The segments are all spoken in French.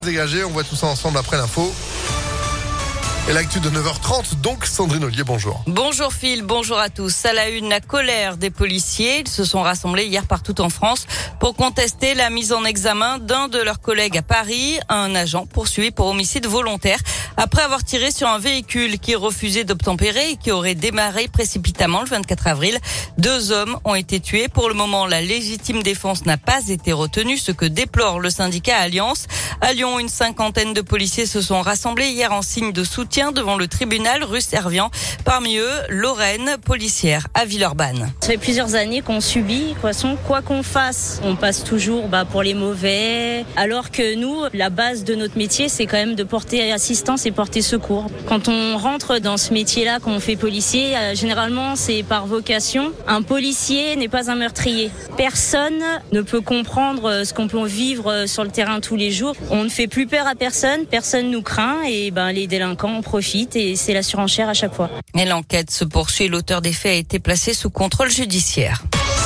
Dégagé, on voit tout ça ensemble après l'info. Et l'actu de 9h30, donc Sandrine Ollier, bonjour. Bonjour Phil, bonjour à tous. À la une, la colère des policiers. Ils se sont rassemblés hier partout en France pour contester la mise en examen d'un de leurs collègues à Paris, un agent poursuivi pour homicide volontaire après avoir tiré sur un véhicule qui refusait d'obtempérer et qui aurait démarré précipitamment le 24 avril. 2 hommes ont été tués. Pour le moment, la légitime défense n'a pas été retenue, ce que déplore le syndicat Alliance. À Lyon, une 50aine de policiers se sont rassemblés hier en signe de soutien devant le tribunal rue Servian. Parmi eux, Lorraine, policière à Villeurbanne. Ça fait plusieurs années qu'on subit. De toute façon, quoi qu'on fasse, on passe toujours pour les mauvais. Alors que nous, la base de notre métier, c'est quand même de porter assistance et porter secours. Quand on rentre dans ce métier-là, quand on fait policier, généralement, c'est par vocation. Un policier n'est pas un meurtrier. Personne ne peut comprendre ce qu'on peut vivre sur le terrain tous les jours. On ne fait plus peur à personne, personne nous craint et les délinquants en profitent et c'est la surenchère à chaque fois. Et l'enquête se poursuit. L'auteur des faits a été placé sous contrôle judiciaire.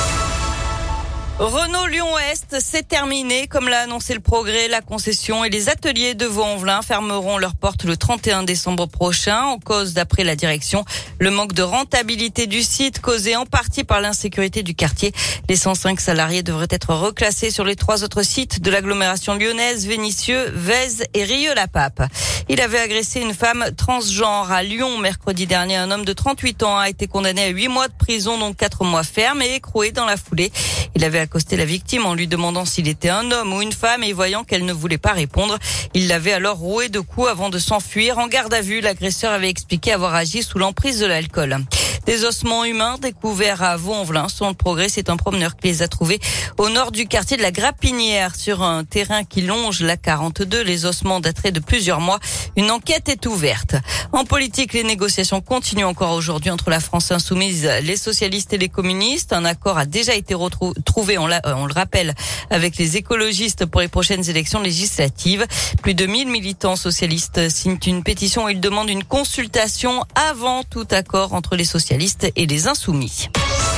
Renault Lyon-Est, c'est terminé. Comme l'a annoncé le Progrès, la concession et les ateliers de Vaux-en-Velin fermeront leurs portes le 31 décembre prochain. En cause, d'après la direction, le manque de rentabilité du site causé en partie par l'insécurité du quartier. Les 105 salariés devraient être reclassés sur les 3 autres sites de l'agglomération lyonnaise, Vénissieux, Vèze et Rieux-la-Pape. Il avait agressé une femme transgenre à Lyon mercredi dernier. Un homme de 38 ans a été condamné à 8 mois de prison, dont 4 mois ferme et écroué dans la foulée. Il avait accosté la victime en lui demandant s'il était un homme ou une femme et voyant qu'elle ne voulait pas répondre, il l'avait alors roué de coups avant de s'enfuir. En garde à vue, l'agresseur avait expliqué avoir agi sous l'emprise de l'alcool. Des ossements humains découverts à Vaux-en-Velin. Selon le Progrès, c'est un promeneur qui les a trouvés au nord du quartier de la Grapinière, sur un terrain qui longe la 42. Les ossements dateraient de plusieurs mois. Une enquête est ouverte. En politique, les négociations continuent encore aujourd'hui entre la France insoumise, les socialistes et les communistes. Un accord a déjà été trouvé, on le rappelle, avec les écologistes pour les prochaines élections législatives. Plus de 1000 militants socialistes signent une pétition où ils demandent une consultation avant tout accord entre les socialistes et les insoumis.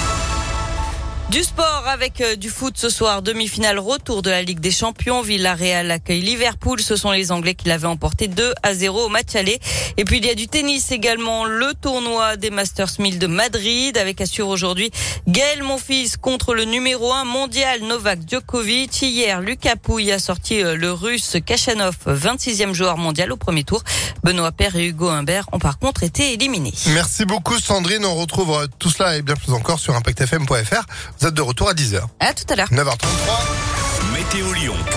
Du sport avec du foot ce soir, demi-finale retour de la Ligue des Champions. Villarreal accueille Liverpool. Ce sont les Anglais qui l'avaient emporté 2-0 au match aller. Et puis il y a du tennis également, le tournoi des Masters 1000 de Madrid avec à suivre aujourd'hui Gaël Monfils contre le numéro 1 mondial Novak Djokovic. Hier, Lucas Pouille a sorti le Russe Khachanov, 26e joueur mondial au premier tour. Benoît Paire et Hugo Humbert ont par contre été éliminés. Merci beaucoup Sandrine, on retrouve tout cela et bien plus encore sur ImpactFM.fr. Vous êtes de retour à 10h. À tout à l'heure. 9h33. Météo Lyon.